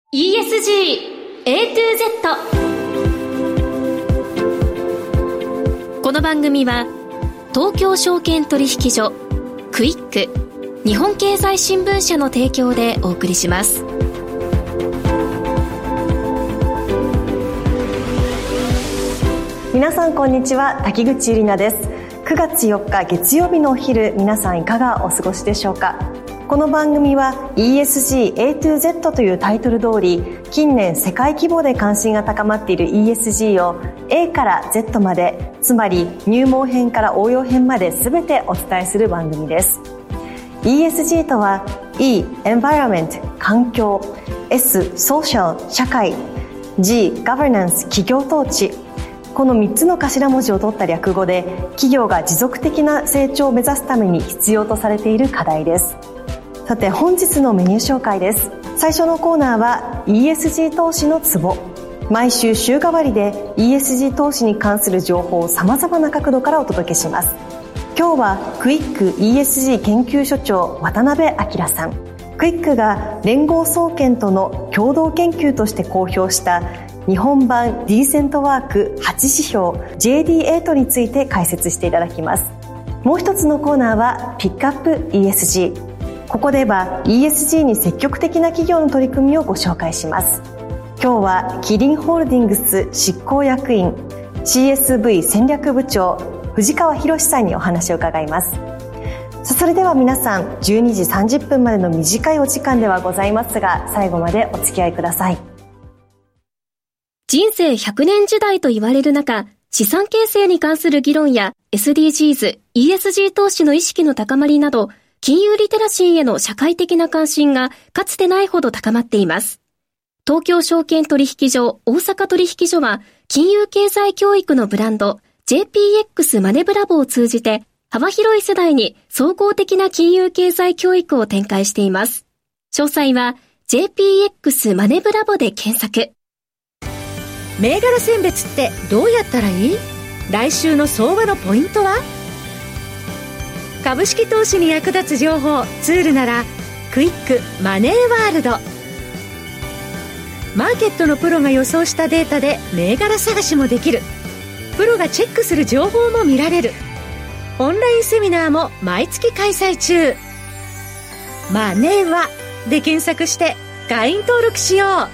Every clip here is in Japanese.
ESG A to Z。 この番組は東京証券取引所、クイック、日本経済新聞社の提供でお送りします。 皆さんこんにちは、滝口ゆりなです。9月4日月曜日のお昼、皆さんいかがお過ごしでしょうか。この番組は ESG A to Z というタイトル通り、近年世界規模で関心が高まっている ESG を A から Z まで、つまり入門編から応用編まで全てお伝えする番組です。 ESG とは E、Environment、環境、S、Social、社会、G、Governance、企業統治、この3つの頭文字を取った略語で、企業が持続的な成長を目指すために必要とされている課題です。さて、本日のメニュー紹介です。最初のコーナーは ESG 投資のツボ。毎週週替わりで ESG 投資に関する情報を様々な角度からお届けします。今日はクイック ESG 研究所長渡辺明さん。クイックが連合総研との共同研究として公表した日本版ディーセントワーク8指標 JD8 について解説していただきます。もう一つのコーナーはピックアップ ESG。ここでは ESG に積極的な企業の取り組みをご紹介します。今日はキリンホールディングス執行役員 CSV 戦略部長藤川博さんにお話を伺います。それでは皆さん、12時30分までの短いお時間ではございますが、最後までお付き合いください。 人生100年時代と言われる中、資産形成に関する議論や SDGs、ESG 投資の意識の高まりなど、金融リテラシーへの社会的な関心がかつてないほど高まっています。東京証券取引所、大阪取引所は、金融経済教育のブランド JPX マネブラボを通じて、幅広い世代に総合的な金融経済教育を展開しています。詳細は JPX マネブラボで検索。 銘柄選別ってどうやったらいい？来週の相場のポイントは？株式投資に役立つ情報ツールならクイックマネーワールド。マーケットのプロが予想したデータで銘柄探しもできる。プロがチェックする情報も見られる。オンラインセミナーも毎月開催中。マネーワで検索して会員登録しよう。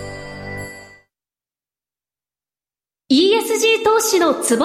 ESG 投資のツボ。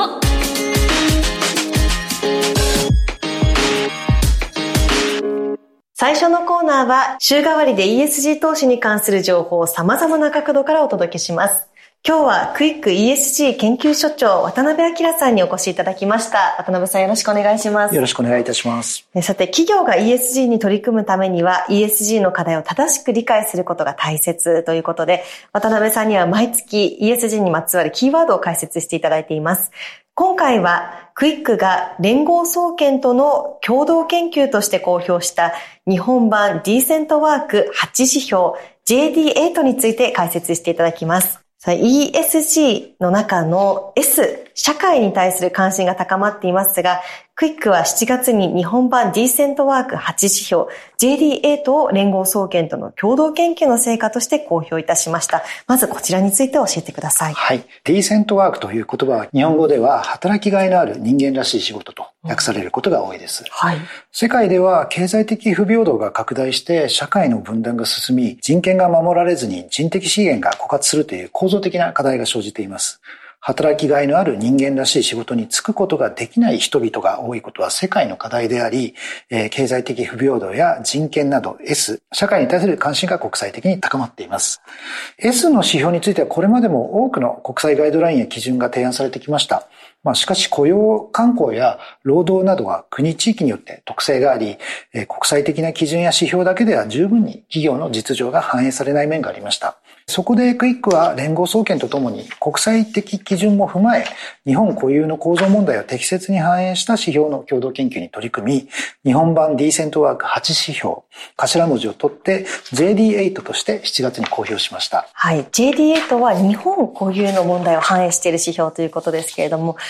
最初のコーナーは週替わりで ESG 投資に関する情報を様々な角度からお届けします。今日はクイック ESG 研究所長渡辺明さんにお越しいただきました。渡辺さん、よろしくお願いします。 よろしくお願いいたします。 さて、企業が ESG に取り組むためには ESG の課題を正しく理解することが大切ということで、渡辺さんには毎月 ESG にまつわるキーワードを解説していただいています。今回はクイックが連合総研との共同研究として公表した日本版ディーセントワーク8指標 JD8 について解説していただきます。ESG の中の S、社会に対する関心が高まっていますが、クイックは7月に日本版ディーセントワーク8指標 JD8 を連合総研との共同研究の成果として公表いたしました。まずこちらについて教えてください。 はい。ディーセントワークという言葉は日本語では働きがいのある人間らしい仕事と訳されることが多いです。 はい。 世界では経済的不平等が拡大して社会の分断が進み、人権が守られずに人的資源が枯渇するという構造的な課題が生じています。働きがいのある人間らしい仕事に就くことができない人々が多いことは世界の課題であり、経済的不平等や人権など S、社会に対する関心が国際的に高まっています。S の指標についてはこれまでも多くの国際ガイドラインや基準が提案されてきました。しかし雇用慣行や労働などは国地域によって特性があり、国際的な基準や指標だけでは十分に企業の実情が反映されない面がありました。そこでクイックは連合総研とともに国際的基準も踏まえ、日本固有の構造問題を適切に反映した指標の共同研究に取り組み、日本版ディーセントワーク8指標、頭文字を取って JD8 として7月に公表しました。 はい。JD8 は日本固有の問題を反映している指標ということですけれども、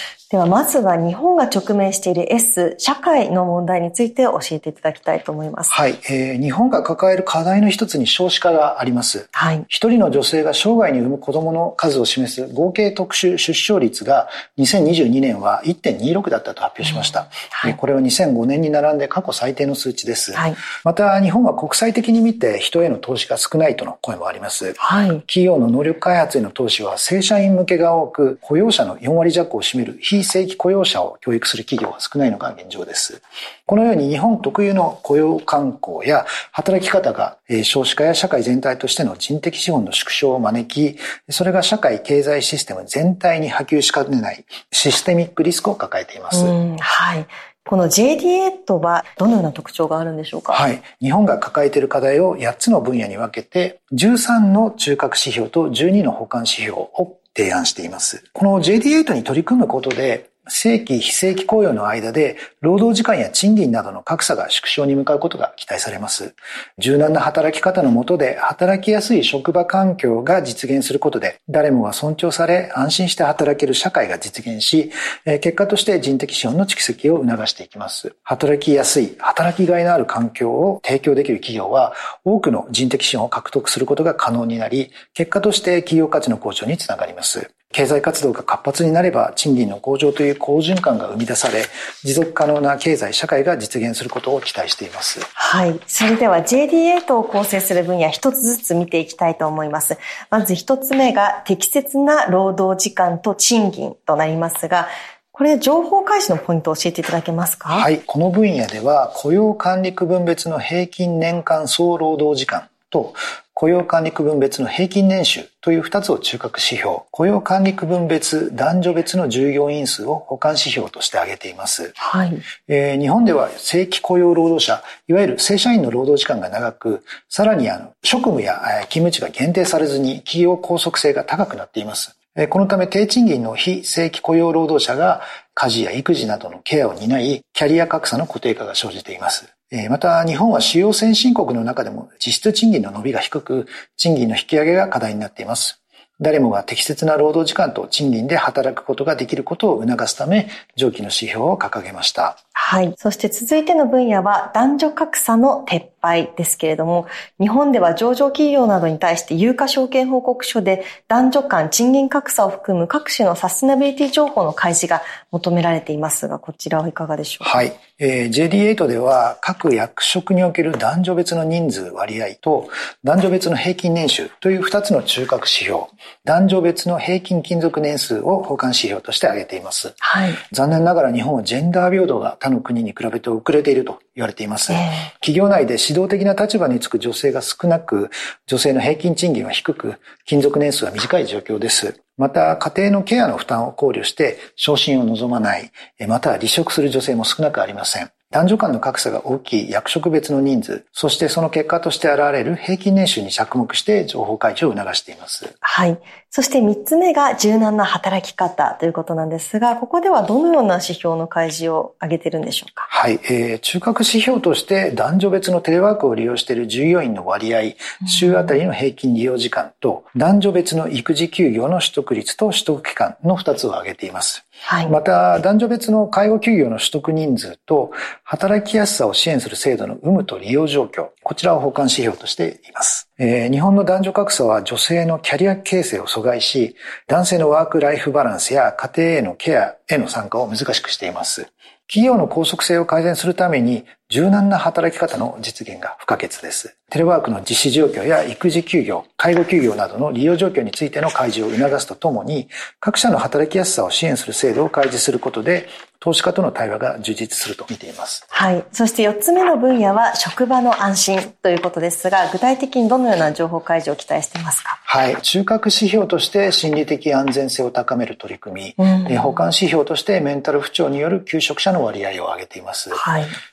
ではまずは日本が直面している S、社会の問題について教えていただきたいと思います。 はい、日本が抱える課題の一つに少子化があります。 はい。 一人の女性が生涯に産む子供の数を示す合計特殊出生率が2022年は 1.26 だったと発表しました。はい、これは2005年に並んで過去最低の数値です。はい、また日本は国際的に見て人への投資が少ないとの声もあります。はい、企業の能力開発への投資は正社員向けが多く、雇用者の4割弱を占める非正規雇用者を教育する企業が少ないのが現状です。このように日本特有の雇用慣行や働き方が少子化や社会全体としての人的資本の縮小を招き、それが社会経済システム全体に波及しかねないシステミックリスクを抱えています。 はい。この JD8 はどのような特徴があるんでしょうか？ はい。日本が抱えている課題を8つの分野に分けて、13の中核指標と12の補完指標を提案しています。この JD8 に取り組むことで、正規・非正規雇用の間で労働時間や賃金などの格差が縮小に向かうことが期待されます。柔軟な働き方の下で働きやすい職場環境が実現することで、誰もが尊重され安心して働ける社会が実現し、結果として人的資本の蓄積を促していきます。働きやすい、働きがいのある環境を提供できる企業は多くの人的資本を獲得することが可能になり、結果として企業価値の向上につながります。経済活動が活発になれば賃金の向上という好循環が生み出され、持続可能な経済社会が実現することを期待しています。 はい。それでは JD8 を構成する分野一つずつ見ていきたいと思います。まず一つ目が適切な労働時間と賃金となりますが、これ情報開示のポイントを教えていただけますか？ はい。この分野では雇用管理区分別の平均年間総労働時間と雇用管理区分別の平均年収という2つを中核指標、雇用管理区分別男女別の従業員数を補完指標として挙げています。はい。日本では正規雇用労働者、いわゆる正社員の労働時間が長く、さらに職務や勤務地が限定されずに企業拘束性が高くなっています。このため低賃金の非正規雇用労働者が家事や育児などのケアを担い、キャリア格差の固定化が生じています。また日本は主要先進国の中でも実質賃金の伸びが低く、賃金の引き上げが課題になっています。誰もが適切な労働時間と賃金で働くことができることを促すため、上記の指標を掲げました。 はい。そして続いての分野は男女格差の撤廃ですけれども、日本では上場企業などに対して有価証券報告書で男女間賃金格差を含む各種のサステナビリティ情報の開示が求められていますが、こちらはいかがでしょうか？ はい。JD8 では各役職における男女別の人数割合と男女別の平均年収という2つの中核指標、男女別の平均勤続年数を補完指標として挙げています。はい。残念ながら日本はジェンダー平等が他の国に比べて遅れていると言われています。企業内で指導的な立場につく女性が少なく、女性の平均賃金は低く、勤続年数は短い状況です。また、家庭のケアの負担を考慮して、昇進を望まない、または離職する女性も少なくありません。男女間の格差が大きい役職別の人数、そしてその結果として現れる平均年収に着目して情報開示を促しています。 はい。そして3つ目が柔軟な働き方ということなんですが、ここではどのような指標の開示を挙げているんでしょうか？ はい。中核指標として男女別のテレワークを利用している従業員の割合、週あたりの平均利用時間と、男女別の育児休業の取得率と取得期間の2つを挙げています。はい、また、男女別の介護休業の取得人数と、働きやすさを支援する制度の有無と利用状況、こちらを補完指標としています。日本の男女格差は女性のキャリア形成を阻害し、男性のワークライフバランスや家庭へのケアへの参加を難しくしています。企業の拘束性を改善するために柔軟な働き方の実現が不可欠です。テレワークの実施状況や育児休業、介護休業などの利用状況についての開示を促すとともに、各社の働きやすさを支援する制度を開示することで、投資家との対話が充実すると見ています。 はい。そして4つ目の分野は職場の安心ということですが、具体的にどのような情報開示を期待していますか？ はい。中核指標として心理的安全性を高める取り組み、補完指標としてメンタル不調による休職者の割合を上げています。はい。日本では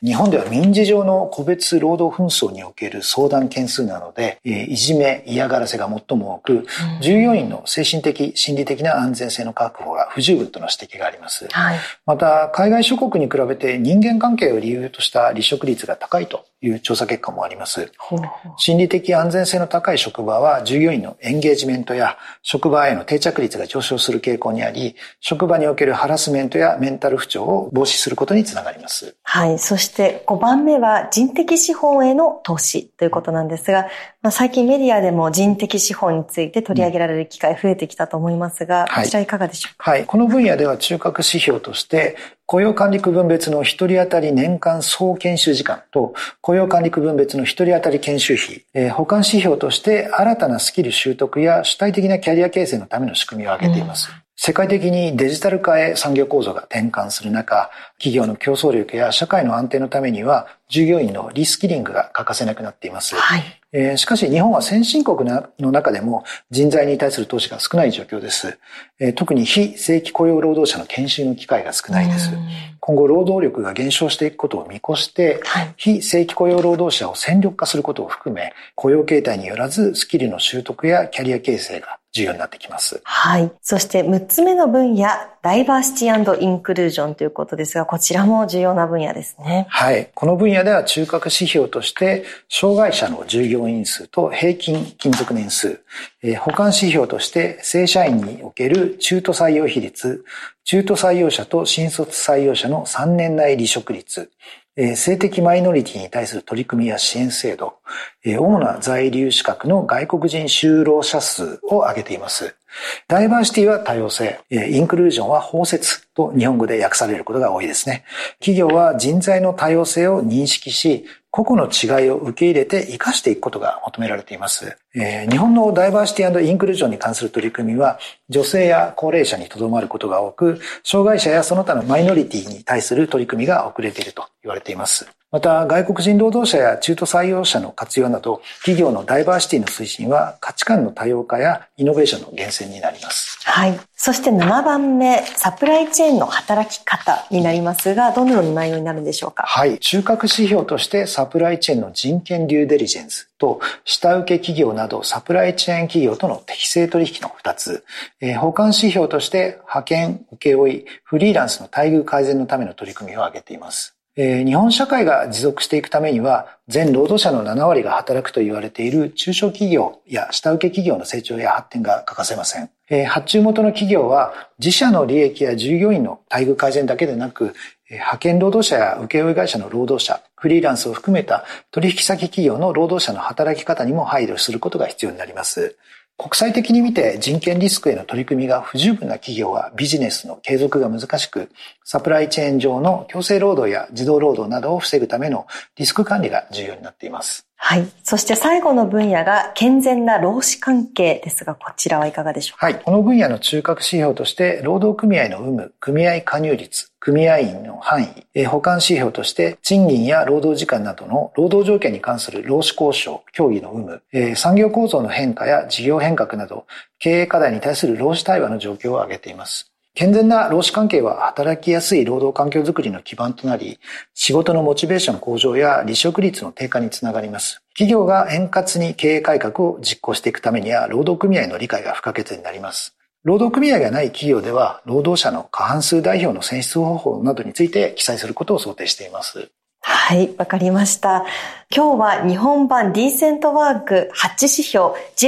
民事上の個別労働紛争における相談件数なので、いじめ、嫌がらせが最も多く、従業員の精神的、心理的な安全性の確保が不十分との指摘があります。また、海外諸国に比べて人間関係を理由とした離職率が高いという調査結果もあります。心理的安全性の高い職場は従業員のエンゲージメントや職場への定着率が上昇する傾向にあり、職場におけるハラスメントやメンタル不調を防止することにつながります。 そして5番目は人的資本への投資ということなんですが、最近メディアでも人的資本について取り上げられる機会増えてきたと思いますが、こちらいかがでしょうか。 この分野では中核指標として雇用管理区分別の1人当たり年間総研修時間と雇用管理区分別の1人当たり研修費、補完指標として新たなスキル習得や主体的なキャリア形成のための仕組みを挙げています。世界的にデジタル化へ産業構造が転換する中、企業の競争力や社会の安定のためには従業員のリスキリングが欠かせなくなっています。しかし日本は先進国の中でも人材に対する投資が少ない状況です。特に非正規雇用労働者の研修の機会が少ないです。今後労働力が減少していくことを見越して、非正規雇用労働者を戦力化することを含め、雇用形態によらずスキルの習得やキャリア形成が重要になってきます。 そして6つ目の分野、ダイバーシティ&インクルージョンということですが、こちらも重要な分野ですね。 この分野では中核指標として、障害者の従業員数と平均勤続年数、補完指標として正社員における中途採用比率、中途採用者と新卒採用者の3年内離職率、性的マイノリティに対する取り組みや支援制度、主な在留資格の外国人就労者数を挙げています。ダイバーシティは多様性、インクルージョンは包摂と日本語で訳されることが多いですね。企業は人材の多様性を認識し、個々の違いを受け入れて活かしていくことが求められています。日本のダイバーシティ&インクルージョンに関する取り組みは女性や高齢者にとどまることが多く、障害者やその他のマイノリティに対する取り組みが遅れていると言われています。また、外国人労働者や中途採用者の活用など、企業のダイバーシティの推進は価値観の多様化やイノベーションの源泉になります。 そして7番目、サプライチェーンの働き方になりますが、どのような内容になるんでしょうか。 中核指標としてサプライチェーンの人権デューデリジェンスと下請け企業などサプライチェーン企業との適正取引の2つ、補完指標として派遣、請負、フリーランスの待遇改善のための取り組みを挙げています。日本社会が持続していくためには、全労働者の7割が働くと言われている中小企業や下請け企業の成長や発展が欠かせません。発注元の企業は自社の利益や従業員の待遇改善だけでなく、派遣労働者や請負会社の労働者、フリーランスを含めた取引先企業の労働者の働き方にも配慮することが必要になります。国際的に見て人権リスクへの取り組みが不十分な企業はビジネスの継続が難しく、サプライチェーン上の強制労働や児童労働などを防ぐためのリスク管理が重要になっています。 そして最後の分野が健全な労使関係ですが、こちらはいかがでしょうか。 この分野の中核指標として労働組合の有無、組合加入率、組合員の範囲、補完指標として賃金や労働時間などの労働条件に関する労使交渉、協議の有無、産業構造の変化や事業変革など経営課題に対する労使対話の状況を挙げています。健全な労使関係は働きやすい労働環境づくりの基盤となり、仕事のモチベーション向上や離職率の低下につながります。企業が円滑に経営改革を実行していくためには、労働組合の理解が不可欠になります。労働組合がない企業では、労働者の過半数代表の選出方法などについて記載することを想定しています。 わかりました。今日は日本版ディーセントワーク8指標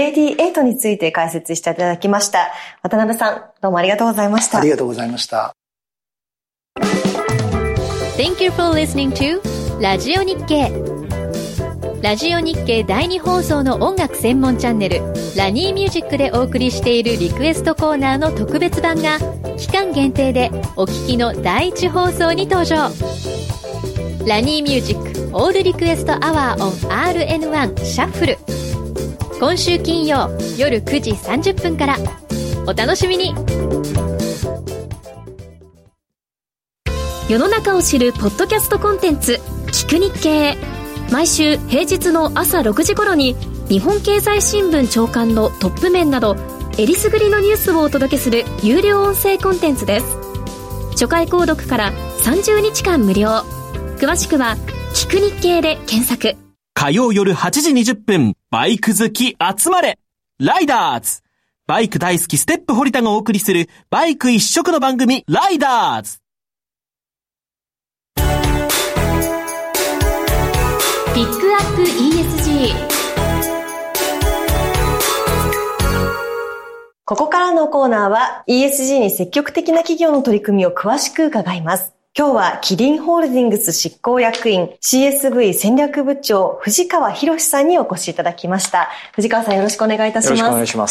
JD8 について解説していただきました。渡辺さん、どうもありがとうございました。 ありがとうございました。 Thank you for listening to ラジオ日経。ラジオ日経第2放送の音楽専門チャンネルラニーミュージックでお送りしているリクエストコーナーの特別版が期間限定でお聞きの第1放送に登場。ラニーミュージックオールリクエストアワー on RN1 シャッフル、今週金曜夜9時30分からお楽しみに。 世の中を知るポッドキャストコンテンツ聞く日経。毎週平日の朝6時頃に日本経済新聞朝刊のトップ面などえりすぐりのニュースをお届けする有料音声コンテンツです。初回購読から30日間無料。詳しくは聞く日経で検索。 火曜夜8時20分、バイク好き集まれライダーズ。バイク大好きステップ堀田がお送りするバイク一色の番組ライダーズ。 ピックアップ ESG。 ここからのコーナーは ESG に積極的な企業の取り組みを詳しく伺います。今日はキリンホールディングス執行役員 CSV 戦略部長藤川博さんにお越しいただきました。藤川さんよろしくお願いいたします。 よろしくお願いします。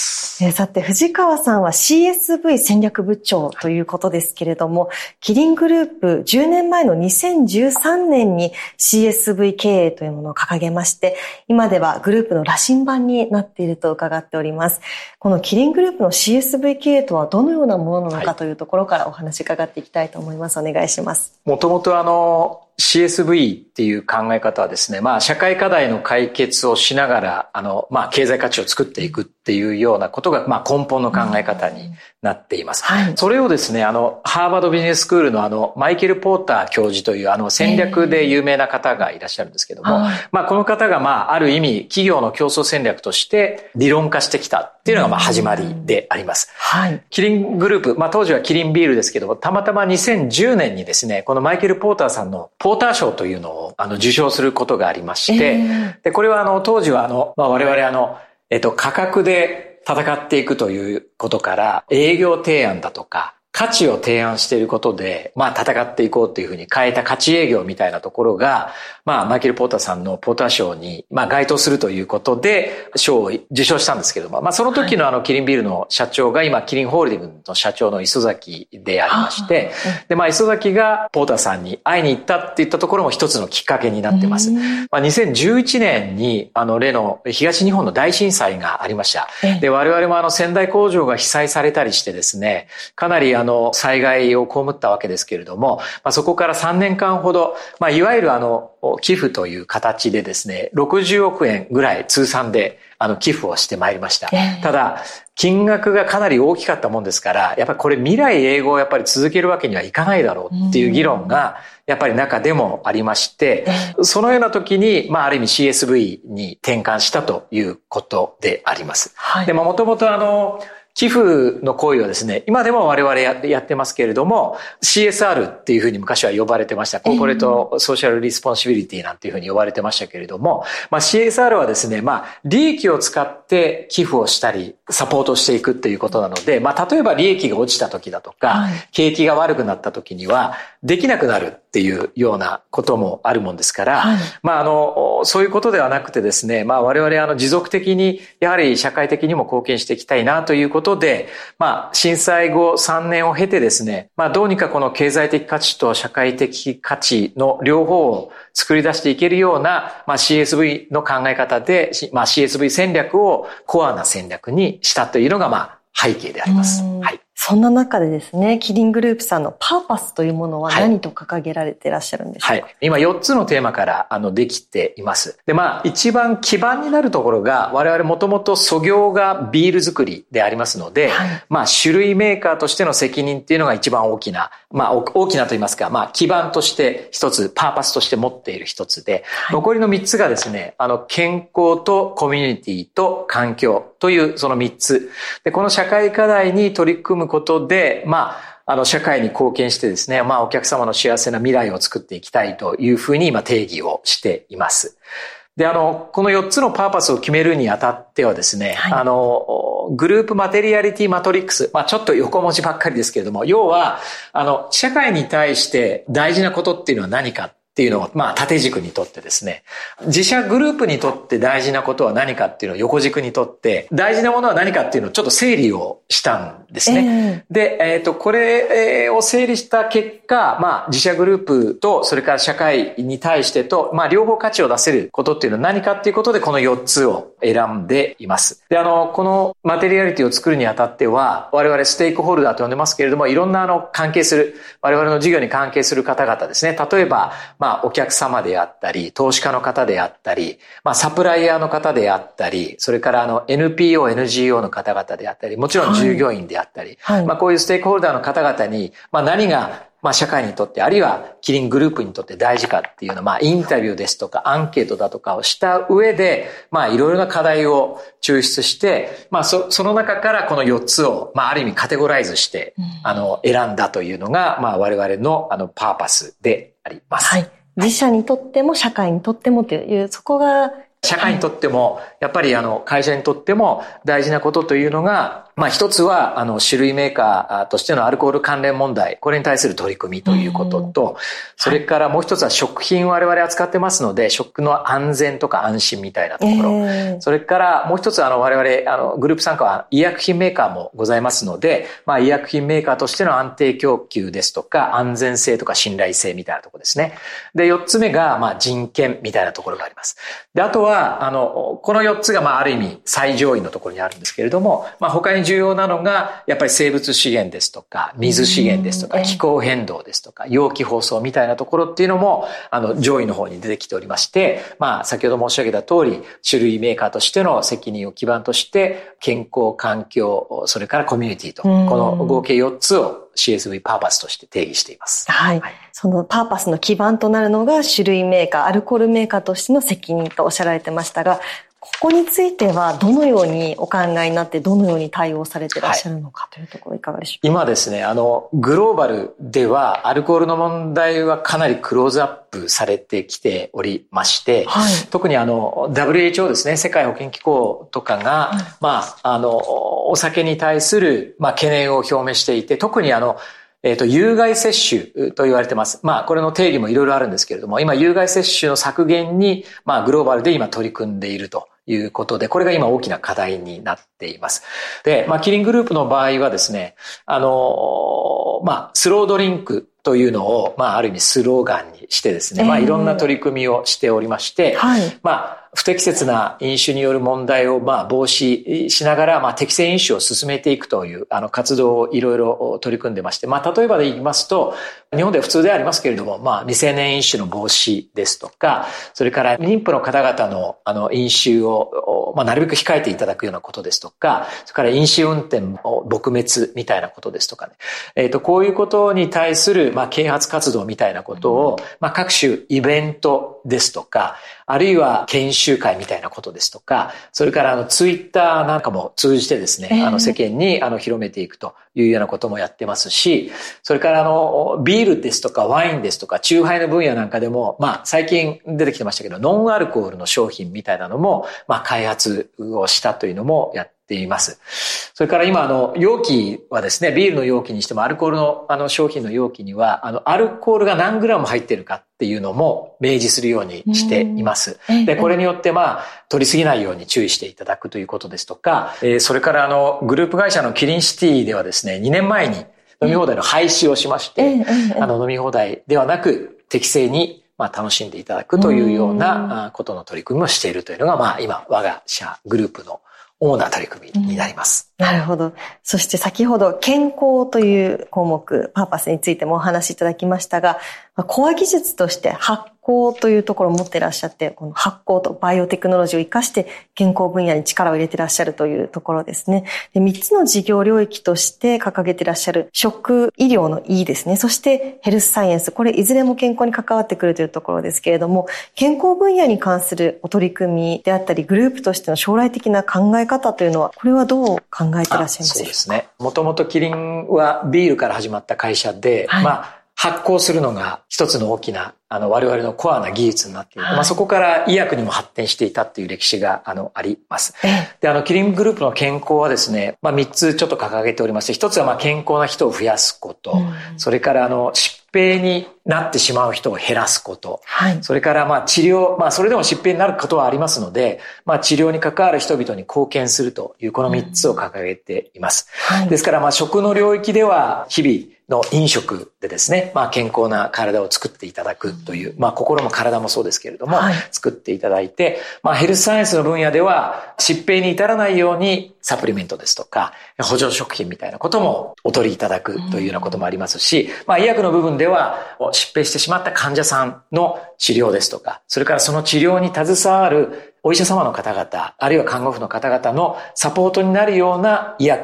さて藤川さんは CSV 戦略部長ということですけれども、キリングループ10年前の2013年に CSV 経営というものを掲げまして、今ではグループの羅針盤になっていると伺っております。このキリングループの CSV 経営とはどのようなものなのかというところからお話伺っていきたいと思います。お願いします。 もともとCSV っていう考え方はですね、社会課題の解決をしながら、経済価値を作っていくっていうようなことが、根本の考え方になっています。はい、それをですね、ハーバードビジネススクールのマイケル・ポーター教授という戦略で有名な方がいらっしゃるんですけども、この方がある意味企業の競争戦略として理論化してきたっていうのが始まりであります。はい、キリングループ、当時はキリンビールですけども、たまたま2010年にですね、このマイケル・ポーターさんのポーター賞というのを受賞することがありまして、で、これは当時は我々価格で戦っていくということから営業提案だとか価値を提案していることで、戦っていこうというふうに変えた価値営業みたいなところが、マイケル・ポーターさんのポーター賞に、該当するということで、賞を受賞したんですけども、その時のキリンビールの社長が今、キリンホールディングスの社長の磯崎でありまして、で、磯崎がポーターさんに会いに行ったっていったところも一つのきっかけになってます。2011年に、例の東日本の大震災がありました。で、我々も仙台工場が被災されたりしてですね、かなり災害を被ったわけですけれども、そこから3年間ほど、いわゆる寄付という形でですね、60億円ぐらい通算で寄付をしてまいりました。ただ、金額がかなり大きかったもんですから、やっぱりこれ未来永劫やっぱり続けるわけにはいかないだろうっていう議論が、やっぱり中でもありまして、そのような時に、ある意味 CSV に転換したということであります。はい、で、もともと寄付の行為はですね、今でも我々やってますけれども、CSR っていうふうに昔は呼ばれてました。コーポレートソーシャルリスポンシビリティなんていうふうに呼ばれてましたけれども、CSR はですね、利益を使って寄付をしたり、サポートしていくっていうことなので、例えば利益が落ちた時だとか、景気が悪くなった時には、できなくなるっていうようなこともあるもんですから、そういうことではなくてですね、我々持続的に、やはり社会的にも貢献していきたいなということで、震災後3年を経てですね、どうにかこの経済的価値と社会的価値の両方を作り出していけるような、CSV の考え方で、CSV 戦略をコアな戦略にしたというのが、背景であります。はい。 そんな中でですね、キリングループさんのパーパスというものは何と掲げられていらっしゃるんでしょうか？ はい。今4つのテーマからできています。で、一番基盤になるところが、我々もともと創業がビール作りでありますので、種類メーカーとしての責任っていうのが一番大きな、大きなと言いますか、基盤として一つ、パーパスとして持っている一つで、残りの3つがですね、健康とコミュニティと環境というその3つ。で、この社会課題に取り組むことで、社会に貢献してですね、お客様の幸せな未来を作っていきたいというふうに今定義をしています。で、この4つのパーパスを決めるにあたってはですね、グループマテリアリティマトリックス、ちょっと横文字ばっかりですけれども、要は、社会に対して大事なことっていうのは何かっていうのを、縦軸にとってですね、自社グループにとって大事なことは何かっていうのを横軸にとって、大事なものは何かっていうのをちょっと整理をしたんですね。で、これを整理した結果、自社グループと、それから社会に対してと、両方価値を出せることっていうのは何かっていうことで、この4つを選んでいます。で、このマテリアリティを作るにあたっては、我々ステークホルダーと呼んでますけれども、いろんな関係する、我々の事業に関係する方々ですね。例えば、お客様であったり、投資家の方であったり、サプライヤーの方であったり、それからNPO、NGO の方々であったり、もちろん従業員であったり、こういうステークホルダーの方々に、何が社会にとって、あるいはキリングループにとって大事かっていうのは、インタビューですとかアンケートだとかをした上で、いろいろな課題を抽出して、その中からこの4つを、ある意味カテゴライズして、選んだというのが、我々のパーパスであります。 はい。自社にとっても社会にとってもという、そこが、 社会にとっても、やっぱり会社にとっても大事なことというのが、一つは、酒類メーカーとしてのアルコール関連問題、これに対する取り組みということと、それからもう一つは食品を我々扱ってますので、食の安全とか安心みたいなところ。それからもう一つ我々、グループ参加は医薬品メーカーもございますので、医薬品メーカーとしての安定供給ですとか、安全性とか信頼性みたいなところですね。で、4つ目が、人権みたいなところがあります。で、あとは、この4つが、ある意味最上位のところにあるんですけれども、他に重要なのが、やっぱり生物資源ですとか、水資源ですとか、気候変動ですとか、容器包装みたいなところっていうのも、上位の方に出てきておりまして、先ほど申し上げた通り、酒類メーカーとしての責任を基盤として、健康、環境、それからコミュニティと、この合計4つをCSV パーパスとして定義しています。 はい。そのパーパスの基盤となるのが酒類メーカー、アルコールメーカーとしての責任とおっしゃられてましたが、ここについてはどのようにお考えになってどのように対応されていらっしゃるのかというところいかがでしょうか。 今ですね、グローバルではアルコールの問題はかなりクローズアップされてきておりまして、特にWHO ですね、世界保健機構とかが、お酒に対する懸念を表明していて、特に有害摂取と言われてます。これの定義もいろいろあるんですけれども、今、有害摂取の削減に、グローバルで今取り組んでいるということで、これが今大きな課題になっています。で、キリングループの場合はですね、スロードリンクというのを、ある意味スローガンにしてですね、いろんな取り組みをしておりまして、不適切な飲酒による問題を防止しながら適正飲酒を進めていくという活動をいろいろ取り組んでまして、例えばで言いますと、日本では普通ではありますけれども、未成年飲酒の防止ですとか、それから妊婦の方々の飲酒をなるべく控えていただくようなことですとか、それから飲酒運転を撲滅みたいなことですとかね、こういうことに対する啓発活動みたいなことを各種イベントですとか、あるいは研修会みたいなことですとか、それからツイッターなんかも通じてですね、世間に広めていくというようなこともやってますし、それからビールですとかワインですとか、酎ハイの分野なんかでも、最近出てきてましたけど、ノンアルコールの商品みたいなのも、開発をしたというのもやっています。それから今容器はですね、ビールの容器にしてもアルコールの商品の容器にはアルコールが何グラム入っているかっていうのも明示するようにしています。で、これによって取りすぎないように注意していただくということですとか、それからグループ会社のキリンシティではですね、2年前に飲み放題の廃止をしまして、飲み放題ではなく適正に楽しんでいただくというようなことの取り組みをしているというのが、今我が社グループの主な取り組みになります。 なるほど。そして先ほど健康という項目、パーパスについてもお話しいただきましたが、コア技術として発酵というところを持っていらっしゃって、この発酵とバイオテクノロジーを生かして健康分野に力を入れていらっしゃるというところですね。で、3つの事業領域として掲げていらっしゃる食、医療の E ですね。そしてヘルスサイエンス。これいずれも健康に関わってくるというところですけれども、健康分野に関するお取り組みであったり、グループとしての将来的な考え方というのは、これはどう考えていらっしゃいますか？ そうですね。もともとキリンはビールから始まった会社で、発酵するのが一つの大きな我々のコアな技術になっている。そこから医薬にも発展していたっていう歴史があります。で、キリングループの健康はですね、3つちょっと掲げておりまして、一つは健康な人を増やすこと、それから疾病になってしまう人を減らすこと、それから治療、それでも疾病になることはありますので、治療に関わる人々に貢献するというこの3つを掲げています。ですから食の領域では日々の飲食でですね、健康な体を作っていただくという、心も体もそうですけれども、作っていただいて、ヘルスサイエンスの分野では疾病に至らないようにサプリメントですとか補助食品みたいなこともお取りいただくというようなこともありますし、医薬の部分では疾病してしまった患者さんの治療ですとか、それからその治療に携わるお医者様の方々、あるいは看護婦の方々のサポートになるような医薬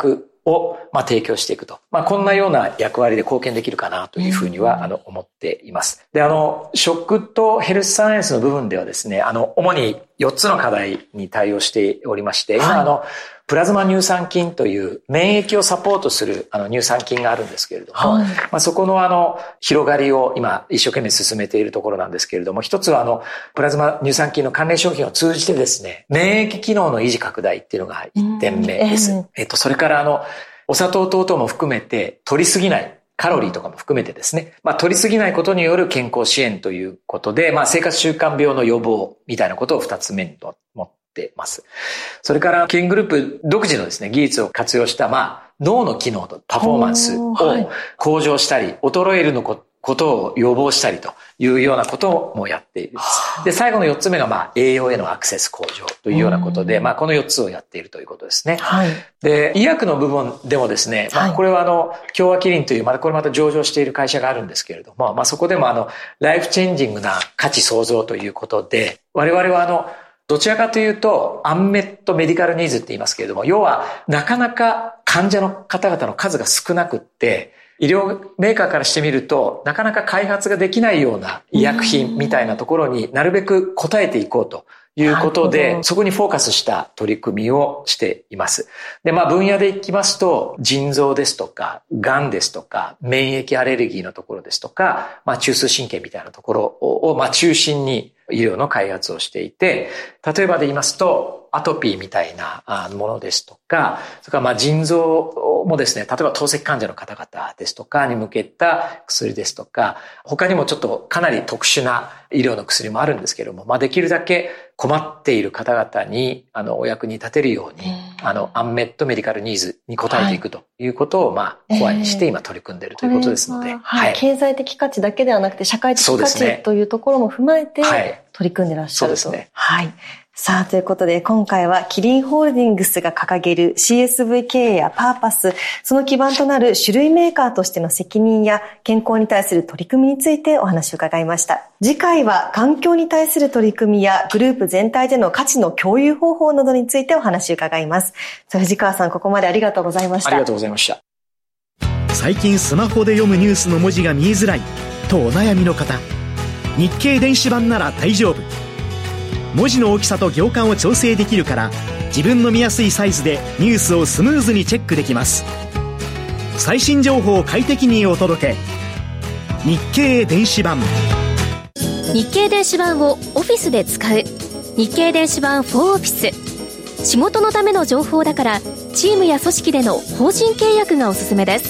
を、提供していくと。こんなような役割で貢献できるかなというふうには、思っています。で、食とヘルスサイエンスの部分ではですね、主に4つの課題に対応しておりまして、今、プラズマ乳酸菌という免疫をサポートする乳酸菌があるんですけれども、そこの広がりを今一生懸命進めているところなんですけれども、一つはプラズマ乳酸菌の関連商品を通じてですね、免疫機能の維持拡大っていうのが1点目です。それからお砂糖等々も含めて取りすぎない。カロリーとかも含めてですね。取りすぎないことによる健康支援ということで、生活習慣病の予防みたいなことを2つ目に持ってます。それから、キリングループ独自のですね、技術を活用した、脳の機能とパフォーマンスを向上したり、衰えるのことを予防したりというようなこともやっている。で、最後の4つ目が、栄養へのアクセス向上というようなことで、この4つをやっているということですね。で、医薬の部分でもですね、これは共和キリンという、これまた上場している会社があるんですけれども、そこでもライフチェンジングな価値創造ということで、我々はどちらかというと、アンメットメディカルニーズって言いますけれども、要は、なかなか患者の方々の数が少なくって、医療メーカーからしてみると、なかなか開発ができないような医薬品みたいなところになるべく応えていこうということで、そこにフォーカスした取り組みをしています。で、分野でいきますと、腎臓ですとか、がんですとか、免疫アレルギーのところですとか、中枢神経みたいなところを、中心に医療の開発をしていて、例えばで言いますと、アトピーみたいなものですとか、それから腎臓もですね、例えば透析患者の方々ですとかに向けた薬ですとか、他にもちょっとかなり特殊な医療の薬もあるんですけれども、できるだけ困っている方々にお役に立てるように、アンメットメディカルニーズに応えていくということをコアにして今取り組んでいるということですので、 経済的価値だけではなくて社会的価値というところも踏まえて取り組んでいらっしゃると。そうですね。さあ、ということで、今回はキリンホールディングスが掲げる CSV 経営やパーパス、その基盤となる種類メーカーとしての責任や健康に対する取り組みについてお話を伺いました。次回は環境に対する取り組みやグループ全体での価値の共有方法などについてお話を伺います。藤川さん、ここまでありがとうございました。 ありがとうございました。 最近スマホで読むニュースの文字が見えづらいとお悩みの方、日経電子版なら大丈夫。文字の大きさと行間を調整できるから自分の見やすいサイズでニュースをスムーズにチェックできます。最新情報を快適にお届け、日経電子版。 日経電子版をオフィスで使う日経電子版4オフィス。仕事のための情報だからチームや組織での法人契約がおすすめです。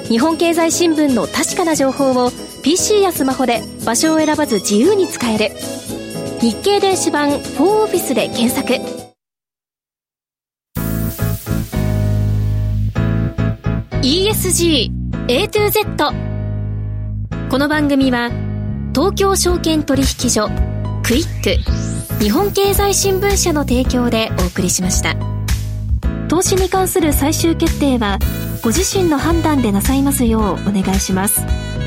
日本経済新聞の確かな情報を PC やスマホで場所を選ばず自由に使える日経電子版4オフィスで検索。ESG A to Z。 この番組は東京証券取引所、クイック、日本経済新聞社の提供でお送りしました。投資に関する最終決定はご自身の判断でなさいますようお願いします。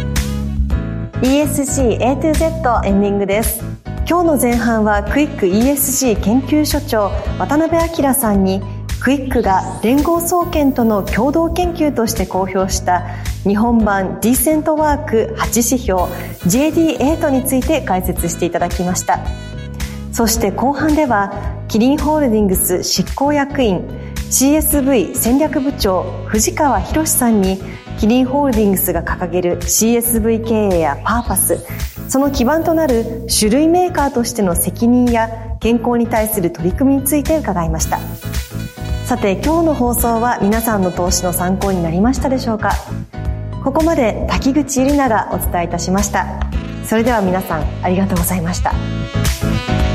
ESG A to Z エンディングです。今日の前半はクイック ESG 研究所長渡辺明さんに、クイックが連合総研との共同研究として公表した日本版ディーセントワーク8指標 JD8 について解説していただきました。そして後半ではキリンホールディングス執行役員 CSV 戦略部長藤川博さんに、キリンホールディングスが掲げる CSV 経営やパーパス、その基盤となる種類メーカーとしての責任や健康に対する取り組みについて伺いました。さて、今日の放送は皆さんの投資の参考になりましたでしょうか。ここまで滝口ゆりながお伝えいたしました。それでは皆さんありがとうございました。